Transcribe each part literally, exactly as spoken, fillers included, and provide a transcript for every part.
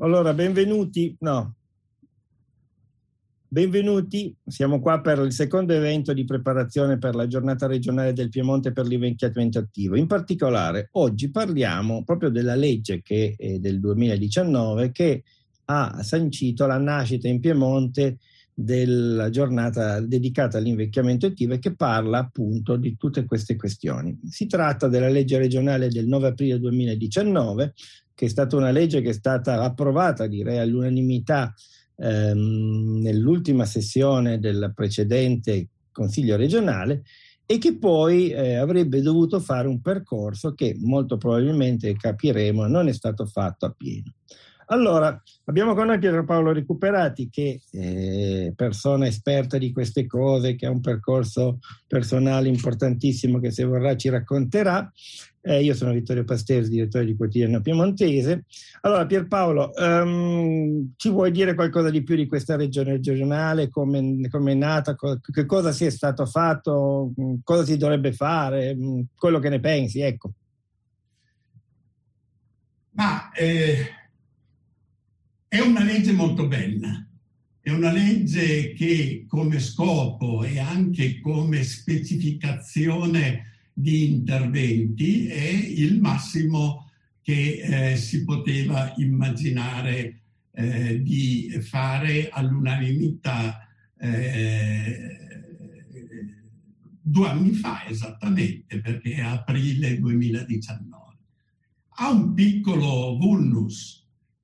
Allora, benvenuti, no, benvenuti, siamo qua per il secondo evento di preparazione per la giornata regionale del Piemonte per l'invecchiamento attivo. In particolare, oggi parliamo proprio della legge che è del duemiladiciannove che ha sancito la nascita in Piemonte della giornata dedicata all'invecchiamento attivo e che parla appunto di tutte queste questioni. Si tratta della legge regionale del nove aprile duemiladiciannove, che è stata una legge che è stata approvata, direi, all'unanimità ehm, nell'ultima sessione del precedente Consiglio regionale e che poi eh, avrebbe dovuto fare un percorso che molto probabilmente, capiremo, non è stato fatto appieno. Allora, abbiamo con noi Pietro Paolo Recuperati, che è persona esperta di queste cose, che ha un percorso personale importantissimo che, se vorrà, ci racconterà. Eh, io sono Vittorio Pastesi, direttore di Quotidiano Piemontese. Allora, Pierpaolo, um, ci vuoi dire qualcosa di più di questa regione regionale? Come è nata? Co- che cosa si è stato fatto? Cosa si dovrebbe fare? Quello che ne pensi, ecco. Ma... Eh... È una legge molto bella, è una legge che come scopo e anche come specificazione di interventi è il massimo che eh, si poteva immaginare eh, di fare all'unanimità eh, due anni fa esattamente, perché è aprile duemiladiciannove. Ha un piccolo vulnus.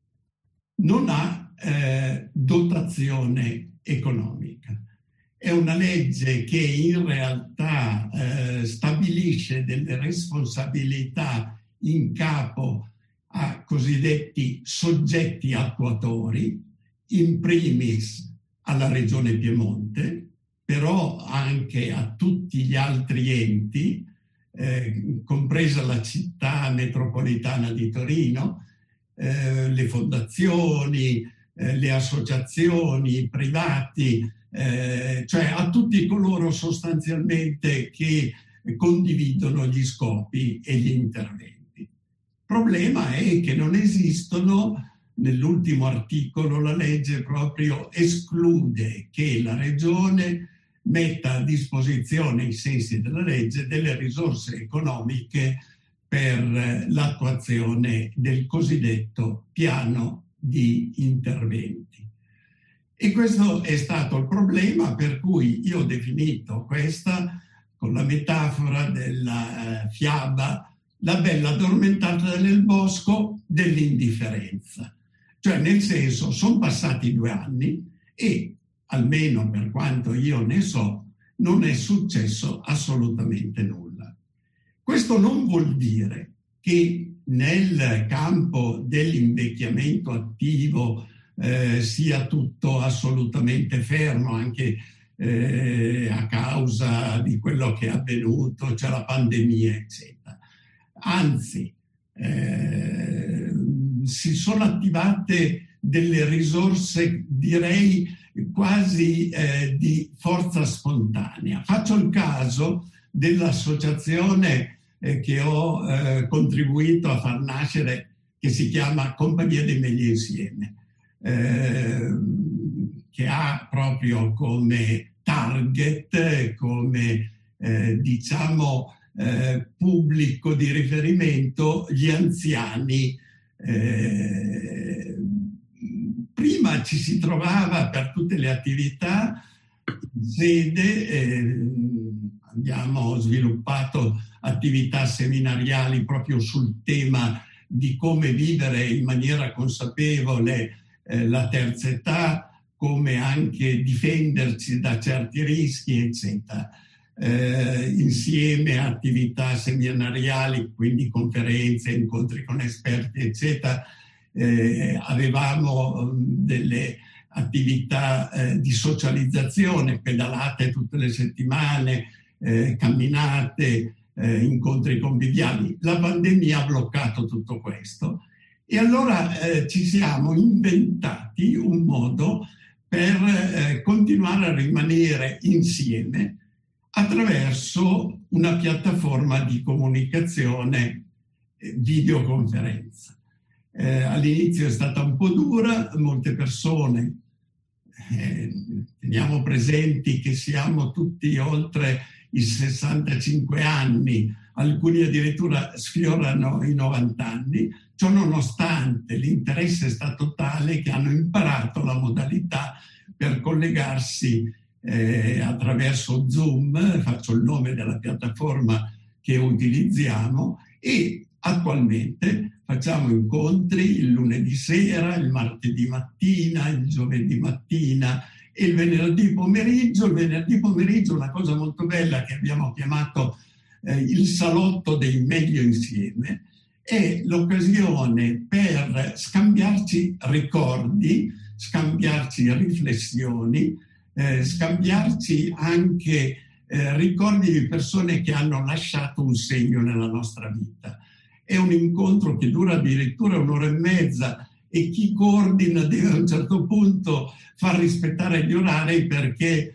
Non ha eh, dotazione economica. È una legge che in realtà eh, stabilisce delle responsabilità in capo a cosiddetti soggetti attuatori, in primis alla Regione Piemonte, però anche a tutti gli altri enti, eh, compresa la città metropolitana di Torino, Eh, le fondazioni, eh, le associazioni, i privati, eh, cioè a tutti coloro sostanzialmente che condividono gli scopi e gli interventi. Il problema è che non esistono, nell'ultimo articolo la legge proprio esclude che la Regione metta a disposizione, ai sensi della legge, delle risorse economiche per l'attuazione del cosiddetto piano di interventi. E questo è stato il problema, per cui io ho definito questa, con la metafora della eh, fiaba, la bella addormentata nel bosco dell'indifferenza. Cioè, nel senso, sono passati due anni e, almeno per quanto io ne so, non è successo assolutamente nulla. Questo non vuol dire che nel campo dell'invecchiamento attivo eh, sia tutto assolutamente fermo, anche eh, a causa di quello che è avvenuto, cioè la pandemia, eccetera. Anzi, eh, si sono attivate delle risorse, direi, quasi eh, di forza spontanea. Faccio il caso dell'associazione eh, che ho eh, contribuito a far nascere, che si chiama Compagnia dei Meglio Insieme, eh, che ha proprio come target, come eh, diciamo eh, pubblico di riferimento gli anziani. Eh, prima ci si trovava per tutte le attività in sede, eh, abbiamo sviluppato attività seminariali proprio sul tema di come vivere in maniera consapevole eh, la terza età, come anche difenderci da certi rischi, eccetera. Eh, insieme a attività seminariali, quindi conferenze, incontri con esperti, eccetera, eh, avevamo delle attività eh, di socializzazione, pedalate tutte le settimane, eh, camminate, eh, incontri conviviali. La pandemia ha bloccato tutto questo e allora eh, ci siamo inventati un modo per eh, continuare a rimanere insieme attraverso una piattaforma di comunicazione, eh, videoconferenza. Eh, all'inizio è stata un po' dura, molte persone, eh, teniamo presenti che siamo tutti oltre i sessantacinque anni, alcuni addirittura sfiorano i novanta anni, ciò nonostante l'interesse è stato tale che hanno imparato la modalità per collegarsi eh, attraverso Zoom, faccio il nome della piattaforma che utilizziamo, e attualmente facciamo incontri il lunedì sera, il martedì mattina, il giovedì mattina e il venerdì pomeriggio. Il venerdì pomeriggio una cosa molto bella che abbiamo chiamato eh, il salotto dei meglio insieme, è l'occasione per scambiarci ricordi, scambiarci riflessioni, eh, scambiarci anche eh, ricordi di persone che hanno lasciato un segno nella nostra vita. È un incontro che dura addirittura un'ora e mezza e chi coordina deve a un certo punto far rispettare gli orari, perché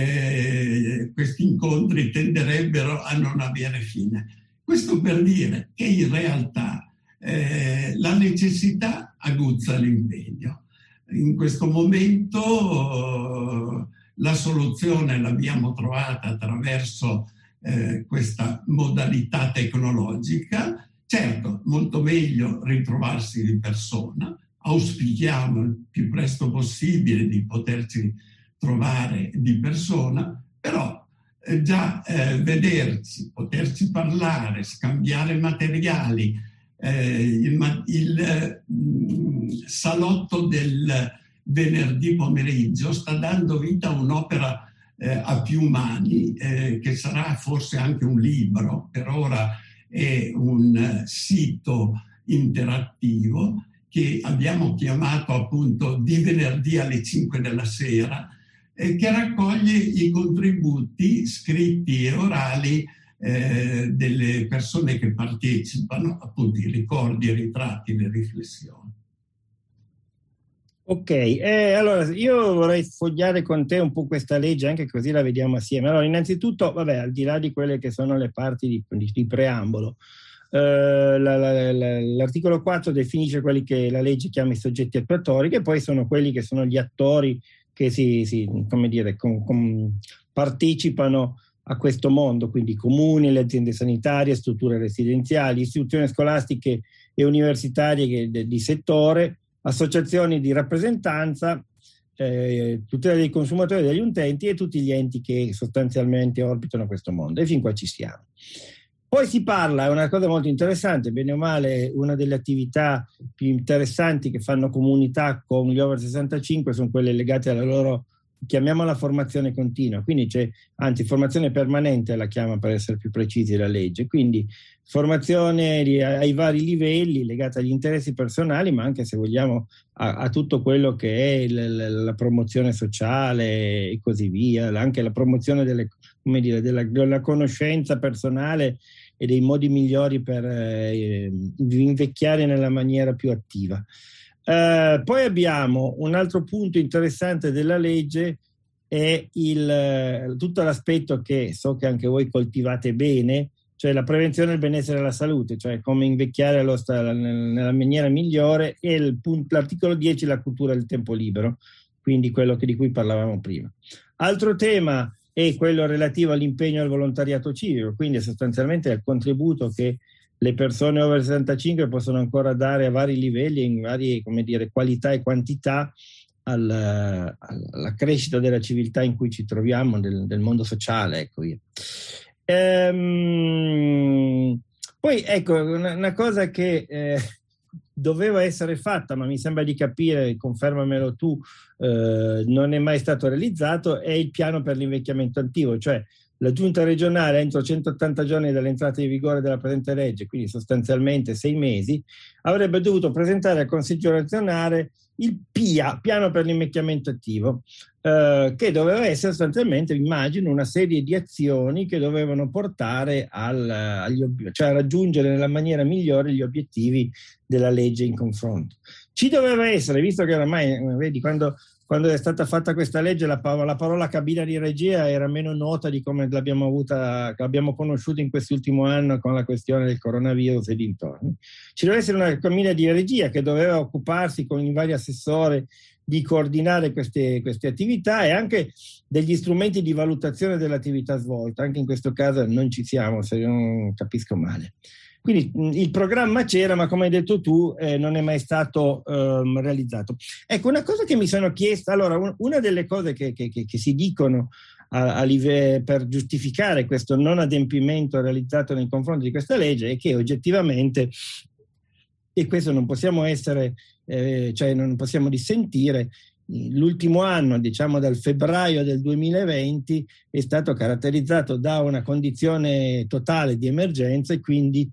eh, questi incontri tenderebbero a non avere fine. Questo per dire che in realtà eh, la necessità aguzza l'impegno. In questo momento eh, la soluzione l'abbiamo trovata attraverso eh, questa modalità tecnologica. Certo, molto meglio ritrovarsi di persona, auspichiamo il più presto possibile di poterci trovare di persona, però eh, già eh, vederci, poterci parlare, scambiare materiali, eh, il, il eh, salotto del venerdì pomeriggio sta dando vita a un'opera eh, a più mani, eh, che sarà forse anche un libro. Per ora è un sito interattivo che abbiamo chiamato appunto Di venerdì alle cinque della sera, eh, che raccoglie i contributi scritti e orali eh, delle persone che partecipano, appunto i ricordi, i ritratti, le riflessioni. Ok, eh, allora io vorrei sfogliare con te un po' questa legge, anche così la vediamo assieme. Allora, innanzitutto, vabbè, al di là di quelle che sono le parti di, di, di preambolo, eh, la, la, la, l'articolo quattro definisce quelli che la legge chiama i soggetti attuatori, che poi sono quelli che sono gli attori che si, si come dire, com, com, partecipano a questo mondo, quindi comuni, le aziende sanitarie, strutture residenziali, istituzioni scolastiche e universitarie che, de, di settore, associazioni di rappresentanza, eh, tutela dei consumatori e degli utenti e tutti gli enti che sostanzialmente orbitano questo mondo. E fin qua ci siamo. Poi si parla, è una cosa molto interessante, bene o male una delle attività più interessanti che fanno comunità con gli over sessantacinque sono quelle legate alla loro, chiamiamola formazione continua, quindi c'è, anzi formazione permanente la chiama per essere più precisi la legge, quindi formazione di, ai vari livelli legata agli interessi personali, ma anche, se vogliamo, a, a tutto quello che è la, la, la promozione sociale e così via, anche la promozione delle, come dire, della, della conoscenza personale e dei modi migliori per eh, invecchiare nella maniera più attiva. Uh, poi abbiamo un altro punto interessante della legge, è il, tutto l'aspetto che so che anche voi coltivate bene, cioè la prevenzione del benessere e della salute, cioè come invecchiare allo, nella maniera migliore, e il punto, l'articolo dieci, la cultura del tempo libero, quindi quello che, di cui parlavamo prima. Altro tema è quello relativo all'impegno al volontariato civico, quindi sostanzialmente al contributo che le persone over sessantacinque possono ancora dare a vari livelli, in varie, come dire, qualità e quantità al, alla crescita della civiltà in cui ci troviamo, del, del mondo sociale, ecco via. Ehm, poi ecco una, una cosa che eh, doveva essere fatta, ma mi sembra di capire, confermamelo tu, eh, non è mai stato realizzato, è il piano per l'invecchiamento attivo, cioè la giunta regionale entro centottanta giorni dall'entrata in vigore della presente legge, quindi sostanzialmente sei mesi, avrebbe dovuto presentare al Consiglio nazionale il P I A, piano per l'invecchiamento attivo, eh, che doveva essere sostanzialmente, immagino, una serie di azioni che dovevano portare al, agli ob- cioè a raggiungere nella maniera migliore gli obiettivi della legge in confronto. Ci doveva essere, visto che oramai, vedi, quando quando è stata fatta questa legge la, la parola cabina di regia era meno nota di come l'abbiamo avuta, che l'abbiamo conosciuta in quest'ultimo anno con la questione del coronavirus e dintorni. Ci doveva essere una cabina di regia che doveva occuparsi con i vari assessori di coordinare queste, queste attività e anche degli strumenti di valutazione dell'attività svolta. Anche in questo caso non ci siamo, se non capisco male. Quindi il programma c'era, ma come hai detto tu, eh, non è mai stato um, realizzato. Ecco, una cosa che mi sono chiesta, allora, un, una delle cose che, che, che, che si dicono a, a live, per giustificare questo non adempimento realizzato nei confronti di questa legge è che oggettivamente, e questo non possiamo essere, eh, cioè non possiamo dissentire, l'ultimo anno, diciamo dal febbraio del duemilaventi, è stato caratterizzato da una condizione totale di emergenza e quindi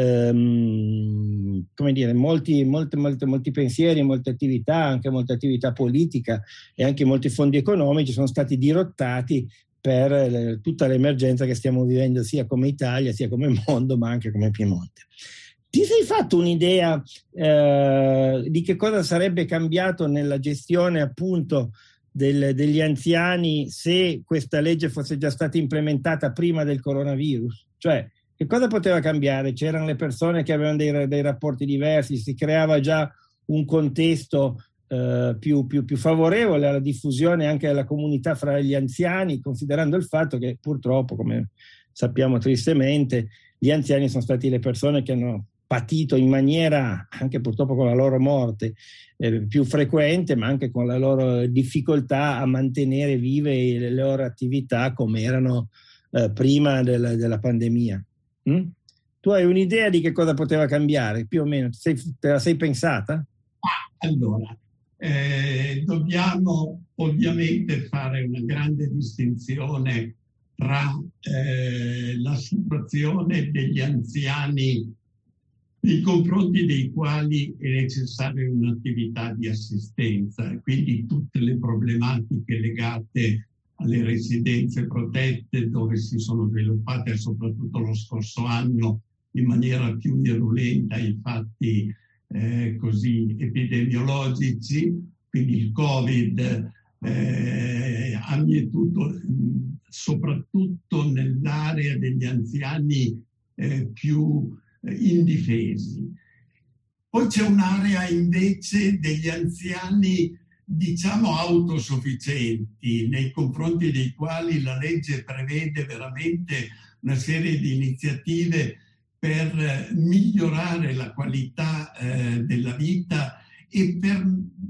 ehm, come dire, molti, molte, molte, molti pensieri, molte attività, anche molte attività politica e anche molti fondi economici sono stati dirottati per eh, tutta l'emergenza che stiamo vivendo sia come Italia, sia come mondo, ma anche come Piemonte. Ti sei fatto un'idea eh, di che cosa sarebbe cambiato nella gestione appunto del, degli anziani se questa legge fosse già stata implementata prima del coronavirus? Cioè, che cosa poteva cambiare? C'erano le persone che avevano dei, dei rapporti diversi, si creava già un contesto eh, più, più, più favorevole alla diffusione anche della comunità fra gli anziani, considerando il fatto che purtroppo, come sappiamo tristemente, gli anziani sono stati le persone che hanno patito in maniera, anche purtroppo con la loro morte, eh, più frequente, ma anche con la loro difficoltà a mantenere vive le loro attività come erano eh, prima della, della pandemia. Mm? Tu hai un'idea di che cosa poteva cambiare, più o meno? Sei, te la sei pensata? Ah, allora, eh, dobbiamo ovviamente fare una grande distinzione tra eh, la situazione degli anziani nei confronti dei quali è necessaria un'attività di assistenza, quindi tutte le problematiche legate alle residenze protette dove si sono sviluppate soprattutto lo scorso anno in maniera più virulenta i fatti eh, così epidemiologici, quindi il Covid eh, ha mietuto soprattutto nell'area degli anziani eh, più indifesi. Poi c'è un'area invece degli anziani, diciamo, autosufficienti, nei confronti dei quali la legge prevede veramente una serie di iniziative per migliorare la qualità eh, della vita e per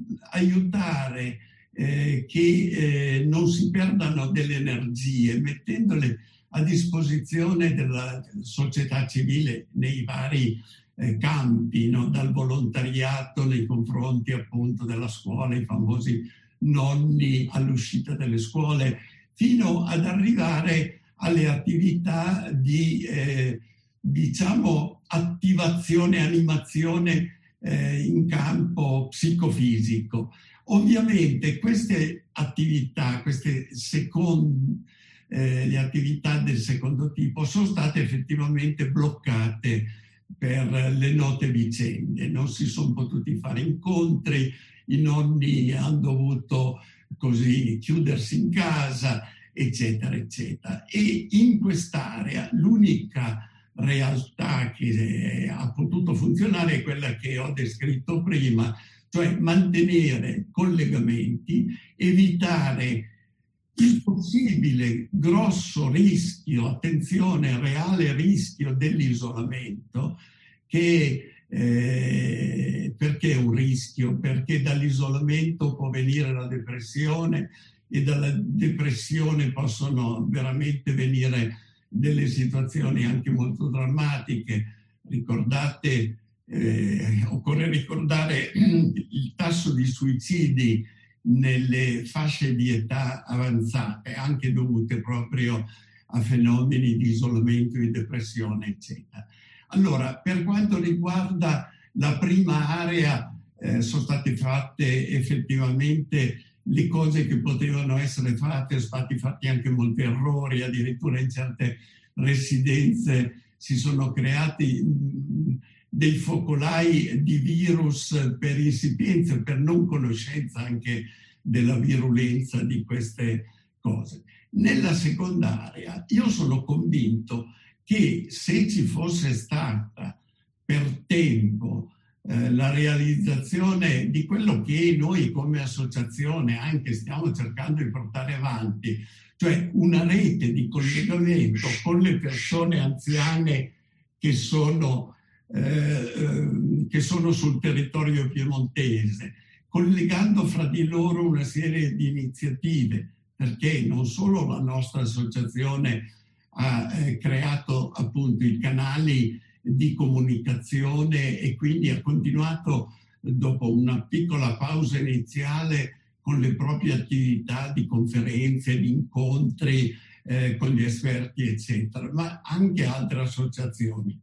aiutare eh, che eh, non si perdano delle energie, mettendole a disposizione della società civile nei vari eh, campi, no? Dal volontariato nei confronti appunto della scuola, i famosi nonni all'uscita delle scuole, fino ad arrivare alle attività di eh, diciamo attivazione, animazione eh, in campo psicofisico. Ovviamente queste attività, queste seconde Eh, le attività del secondo tipo sono state effettivamente bloccate per le note vicende, non si sono potuti fare incontri, i nonni hanno dovuto così chiudersi in casa, eccetera, eccetera. E in quest'area l'unica realtà che ha potuto funzionare è quella che ho descritto prima, cioè mantenere collegamenti, evitare il possibile grosso rischio, attenzione, reale rischio dell'isolamento, che eh, perché è un rischio? Perché dall'isolamento può venire la depressione e dalla depressione possono veramente venire delle situazioni anche molto drammatiche. Ricordate, eh, occorre ricordare il tasso di suicidi nelle fasce di età avanzate, anche dovute proprio a fenomeni di isolamento, di depressione, eccetera. Allora, per quanto riguarda la prima area, eh, sono state fatte effettivamente le cose che potevano essere fatte, sono stati fatti anche molti errori, addirittura in certe residenze si sono creati mh, dei focolai di virus per insipienza, per non conoscenza anche della virulenza di queste cose. Nella secondaria io sono convinto che se ci fosse stata per tempo eh, la realizzazione di quello che noi come associazione anche stiamo cercando di portare avanti, cioè una rete di collegamento con le persone anziane che sono, eh, che sono sul territorio piemontese, collegando fra di loro una serie di iniziative, perché non solo la nostra associazione ha eh, creato appunto i canali di comunicazione e quindi ha continuato dopo una piccola pausa iniziale con le proprie attività di conferenze, di incontri eh, con gli esperti, eccetera, ma anche altre associazioni.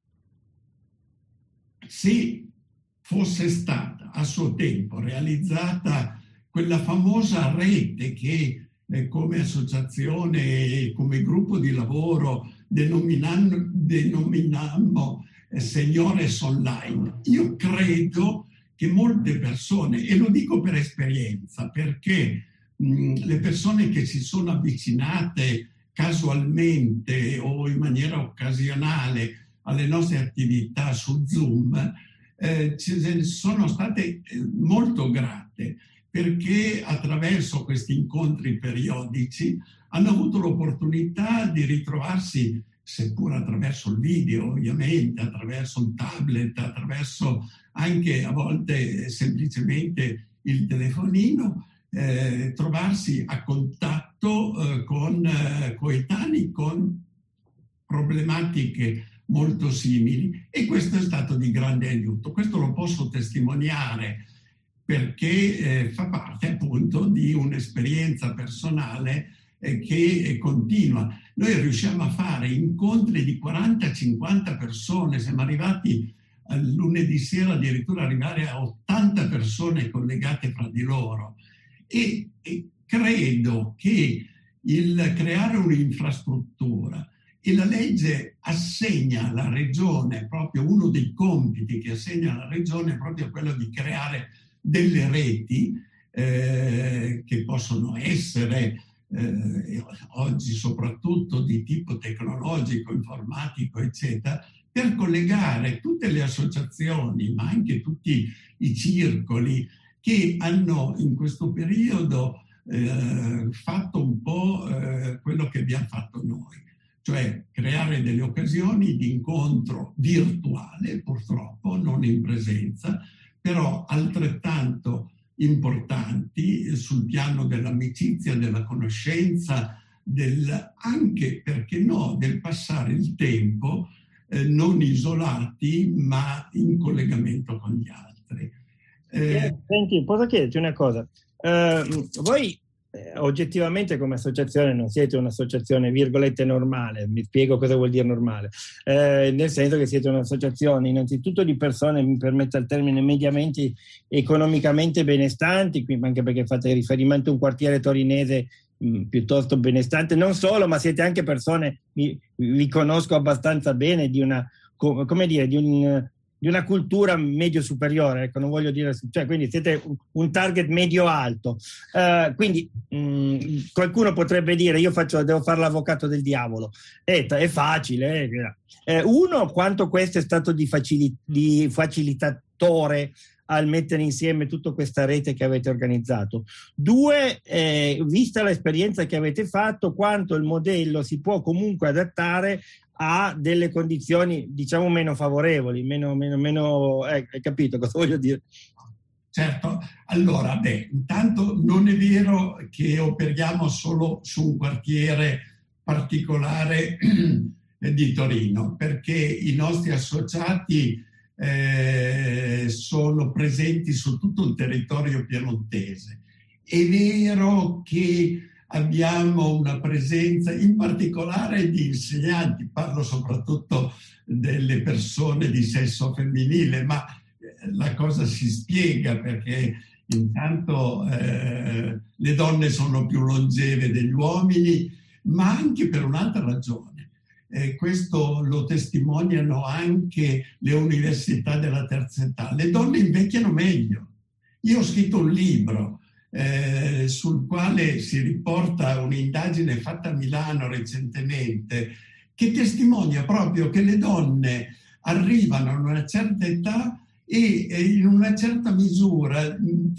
Se fosse stata a suo tempo realizzata quella famosa rete che eh, come associazione, come gruppo di lavoro denominammo, denominammo eh, Seniores Online, io credo che molte persone, e lo dico per esperienza, perché mh, le persone che si sono avvicinate casualmente o in maniera occasionale alle nostre attività su Zoom eh, ci sono state molto grate, perché attraverso questi incontri periodici hanno avuto l'opportunità di ritrovarsi, seppur attraverso il video ovviamente, attraverso un tablet, attraverso anche a volte semplicemente il telefonino, eh, trovarsi a contatto eh, con eh, coetanei con problematiche molto simili, e questo è stato di grande aiuto. Questo lo posso testimoniare perché eh, fa parte appunto di un'esperienza personale eh, che eh, continua. Noi riusciamo a fare incontri di quaranta cinquanta persone, siamo arrivati al lunedì sera addirittura arrivare a ottanta persone collegate fra di loro, e, e credo che il creare un'infrastruttura, e la legge assegna alla regione, proprio uno dei compiti che assegna alla regione è proprio quello di creare delle reti eh, che possono essere eh, oggi soprattutto di tipo tecnologico, informatico, eccetera, per collegare tutte le associazioni, ma anche tutti i circoli che hanno in questo periodo eh, fatto un po' eh, quello che abbiamo fatto noi, cioè creare delle occasioni di incontro virtuale, purtroppo non in presenza, però altrettanto importanti sul piano dell'amicizia, della conoscenza, del, anche, perché no, del passare il tempo eh, non isolati ma in collegamento con gli altri. Eh, Senti, posso chiederti una cosa? Uh, voi eh, oggettivamente come associazione non siete un'associazione virgolette normale, mi spiego cosa vuol dire normale, eh, nel senso che siete un'associazione innanzitutto di persone, mi permetta il termine, mediamente economicamente benestanti, quindi anche perché fate riferimento a un quartiere torinese mh, piuttosto benestante, non solo, ma siete anche persone, vi, vi conosco abbastanza bene, di una, come dire, di un... di una cultura medio superiore, ecco, non voglio dire, cioè, quindi siete un target medio alto. Uh, quindi mh, qualcuno potrebbe dire io faccio, devo fare l'avvocato del diavolo. Eh, è facile. Eh. Eh, uno, quanto questo è stato di, facili- di facilitatore al mettere insieme tutta questa rete che avete organizzato. Due, eh, vista l'esperienza che avete fatto, quanto il modello si può comunque adattare a delle condizioni diciamo meno favorevoli, meno, meno, meno eh, hai capito cosa voglio dire? Certo, allora beh, intanto non è vero che operiamo solo su un quartiere particolare di Torino, perché i nostri associati eh, sono presenti su tutto il territorio piemontese. È vero che abbiamo una presenza in particolare di insegnanti, parlo soprattutto delle persone di sesso femminile, ma la cosa si spiega perché intanto eh, le donne sono più longeve degli uomini, ma anche per un'altra ragione. Eh, questo lo testimoniano anche le università della terza età. Le donne invecchiano meglio. Io ho scritto un libro eh, sul quale si riporta un'indagine fatta a Milano recentemente, che testimonia proprio che le donne arrivano a una certa età e, e in una certa misura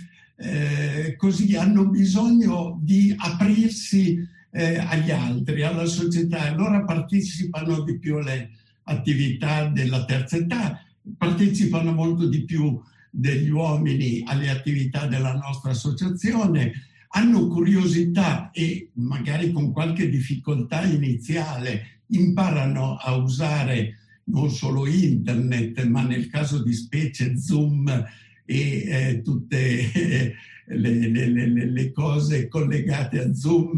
eh, così hanno bisogno di aprirsi eh, agli altri, alla società, e allora partecipano di più alle attività della terza età, partecipano molto di più degli uomini alle attività della nostra associazione, hanno curiosità e magari con qualche difficoltà iniziale imparano a usare non solo internet, ma nel caso di specie Zoom e eh, tutte eh, le, le, le, le cose collegate a Zoom,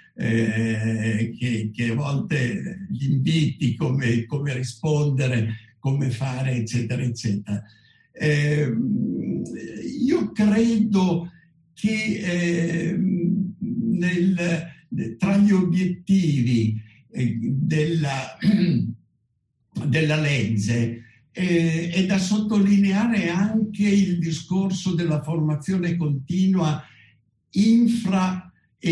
eh, che, che a volte gli inviti, come, come rispondere, come fare, eccetera, eccetera. Eh, io credo che eh, nel, tra gli obiettivi eh, della, della legge eh, è da sottolineare anche il discorso della formazione continua infra e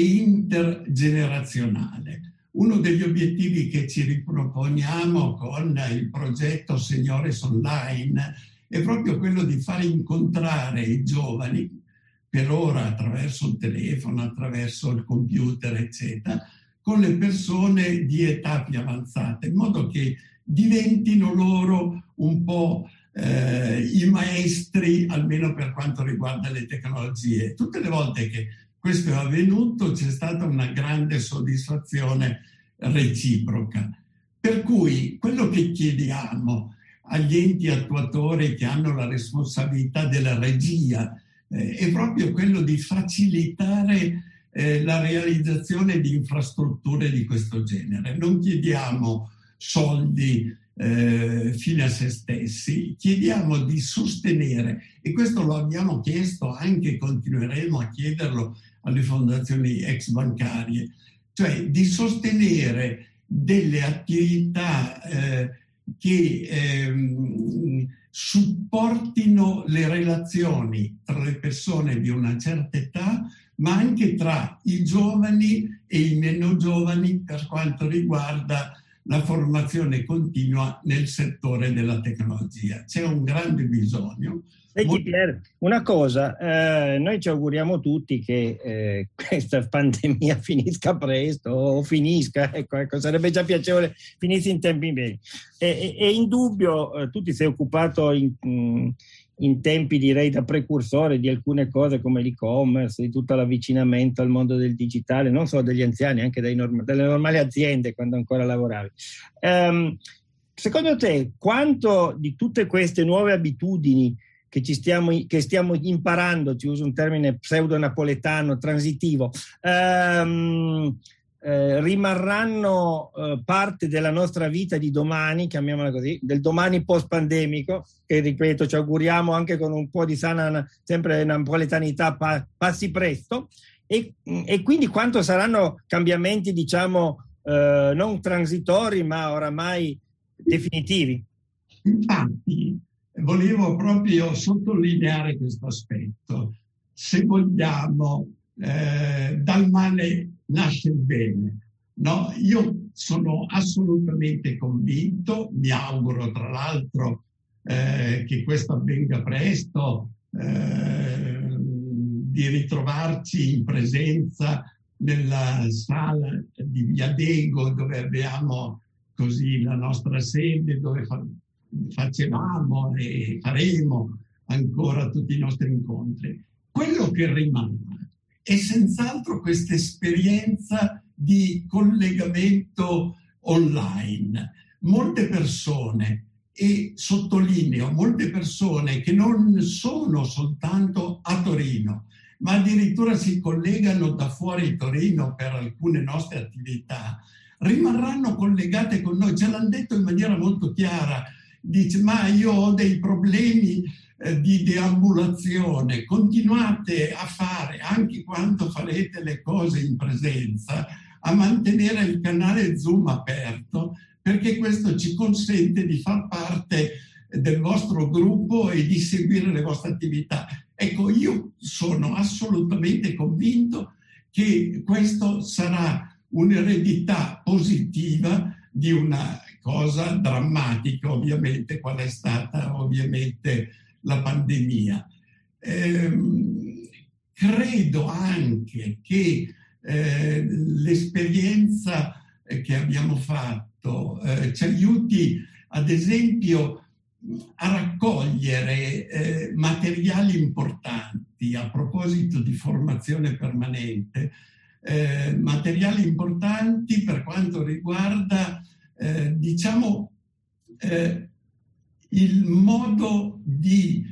intergenerazionale. Uno degli obiettivi che ci riproponiamo con il progetto Seniores Online è proprio quello di far incontrare i giovani, per ora attraverso il telefono, attraverso il computer, eccetera, con le persone di età più avanzata, in modo che diventino loro un po' eh, i maestri, almeno per quanto riguarda le tecnologie. Tutte le volte che questo è avvenuto c'è stata una grande soddisfazione reciproca. Per cui quello che chiediamo agli enti attuatori che hanno la responsabilità della regia eh, è proprio quello di facilitare eh, la realizzazione di infrastrutture di questo genere. Non chiediamo soldi eh, fine a se stessi, chiediamo di sostenere, e questo lo abbiamo chiesto anche e continueremo a chiederlo alle fondazioni ex bancarie, cioè di sostenere delle attività eh, che ehm, supportino le relazioni tra le persone di una certa età, ma anche tra i giovani e i meno giovani per quanto riguarda la formazione continua nel settore della tecnologia. C'è un grande bisogno. Senti Pier, una cosa, eh, noi ci auguriamo tutti che eh, questa pandemia finisca presto o finisca, ecco, ecco, sarebbe già piacevole finisse in tempi brevi. E, e, e in dubbio eh, tu ti sei occupato in, in tempi direi da precursore di alcune cose come l'e-commerce, di tutto l'avvicinamento al mondo del digitale, non solo degli anziani, anche dei norm- delle normali aziende quando ancora lavoravi. Um, secondo te quanto di tutte queste nuove abitudini che ci stiamo, che stiamo imparando, ci uso un termine pseudo-napoletano, transitivo, ehm, eh, rimarranno eh, parte della nostra vita di domani, chiamiamola così, del domani post-pandemico, che ripeto ci auguriamo anche con un po' di sana, sempre napoletanità, pa- passi presto, e, e quindi quanto saranno cambiamenti, diciamo, eh, non transitori, ma oramai definitivi? Infatti, volevo proprio sottolineare questo aspetto. Se vogliamo, eh, dal male nasce il bene. No? Io sono assolutamente convinto, mi auguro tra l'altro eh, che questo avvenga presto, eh, di ritrovarci in presenza nella sala di Via Dego, dove abbiamo così la nostra sede, dove fa- facevamo e faremo ancora tutti i nostri incontri. Quello che rimane è senz'altro questa esperienza di collegamento online. Molte persone, e sottolineo, molte persone che non sono soltanto a Torino, ma addirittura si collegano da fuori Torino per alcune nostre attività, rimarranno collegate con noi. Ce l'hanno detto in maniera molto chiara. Dice, ma io ho dei problemi eh, di deambulazione, continuate a fare, anche quando farete le cose in presenza, a mantenere il canale Zoom aperto, perché questo ci consente di far parte del vostro gruppo e di seguire le vostre attività. Ecco, io sono assolutamente convinto che questo sarà un'eredità positiva di una cosa drammatica, ovviamente, qual è stata ovviamente la pandemia. Ehm, credo anche che eh, l'esperienza che abbiamo fatto eh, ci aiuti, ad esempio, a raccogliere eh, materiali importanti a proposito di formazione permanente, eh, materiali importanti per quanto riguarda, eh, diciamo, eh, il modo di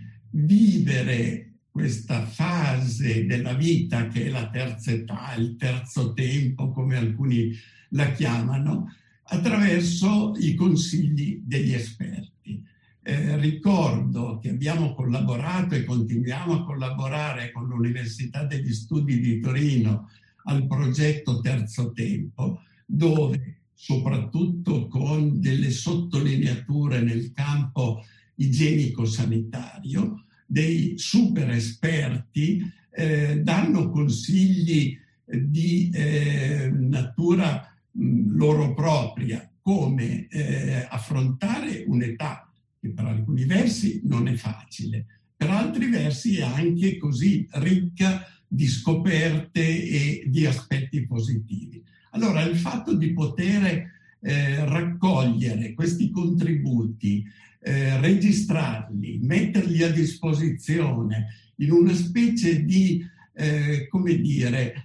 vivere questa fase della vita che è la terza età, il terzo tempo, come alcuni la chiamano, attraverso i consigli degli esperti. Eh, ricordo che abbiamo collaborato e continuiamo a collaborare con l'Università degli Studi di Torino al progetto Terzo Tempo, dove soprattutto con delle sottolineature nel campo igienico-sanitario, dei super esperti eh, danno consigli di eh, natura mh, loro propria, come eh, affrontare un'età che per alcuni versi non è facile, per altri versi è anche così ricca di scoperte e di aspetti positivi. Allora, il fatto di poter eh, raccogliere questi contributi, eh, registrarli, metterli a disposizione in una specie di, eh, come dire,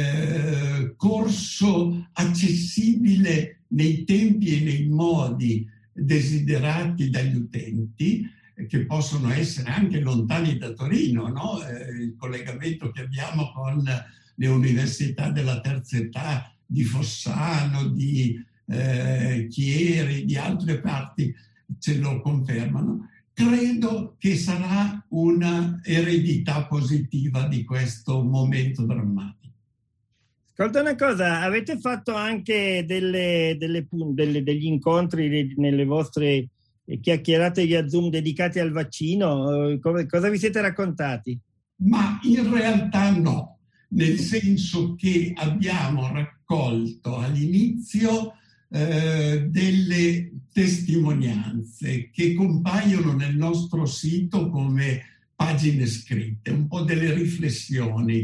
eh, corso accessibile nei tempi e nei modi desiderati dagli utenti, che possono essere anche lontani da Torino, no? Eh, il collegamento che abbiamo con le università della terza età di Fossano, di eh, Chieri, di altre parti ce lo confermano. Credo che sarà una eredità positiva di questo momento drammatico. Ascolta una cosa, avete fatto anche delle, delle, delle, degli incontri nelle vostre chiacchierate via Zoom dedicate al vaccino? Come, cosa vi siete raccontati? Ma in realtà no, nel senso che abbiamo raccolto all'inizio eh, delle testimonianze che compaiono nel nostro sito come pagine scritte, un po' delle riflessioni.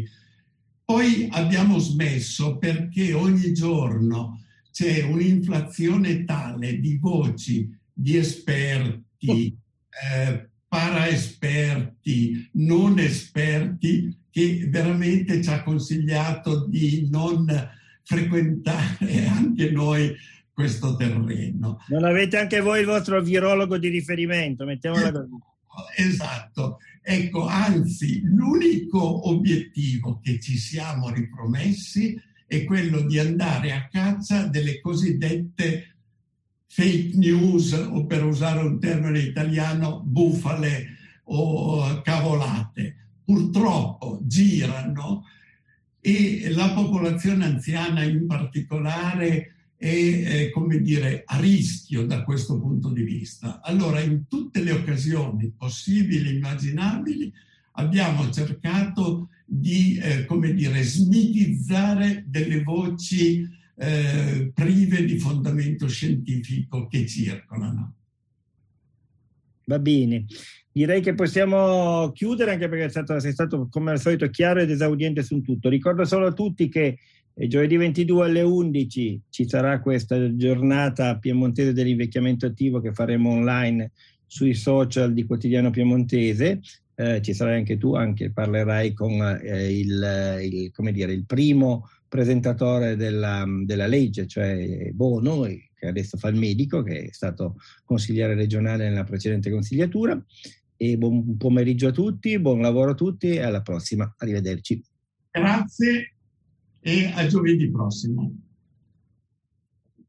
Poi abbiamo smesso perché ogni giorno c'è un'inflazione tale di voci di esperti, eh, paraesperti, non esperti, che veramente ci ha consigliato di non frequentare anche noi questo terreno. Non avete anche voi il vostro virologo di riferimento, mettiamola così. Esatto. Ecco, anzi, l'unico obiettivo che ci siamo ripromessi è quello di andare a caccia delle cosiddette fake news, o per usare un termine italiano, bufale o cavolate. Purtroppo girano e la popolazione anziana in particolare è, eh, come dire, a rischio da questo punto di vista. Allora, in tutte le occasioni possibili e immaginabili abbiamo cercato di, eh, come dire, smitizzare delle voci eh, prive di fondamento scientifico che circolano. Va bene. Direi che possiamo chiudere, anche perché è stato, sei stato come al solito chiaro ed esaudiente su tutto. Ricordo solo a tutti che eh, giovedì ventidue alle undici ci sarà questa giornata piemontese dell'invecchiamento attivo che faremo online sui social di Quotidiano Piemontese. Eh, ci sarai anche tu, anche parlerai con eh, il, il, come dire, il primo presentatore della, della legge, cioè Bono, che adesso fa il medico, che è stato consigliere regionale nella precedente consigliatura. E buon pomeriggio a tutti, buon lavoro a tutti e alla prossima. Arrivederci. Grazie e a giovedì prossimo.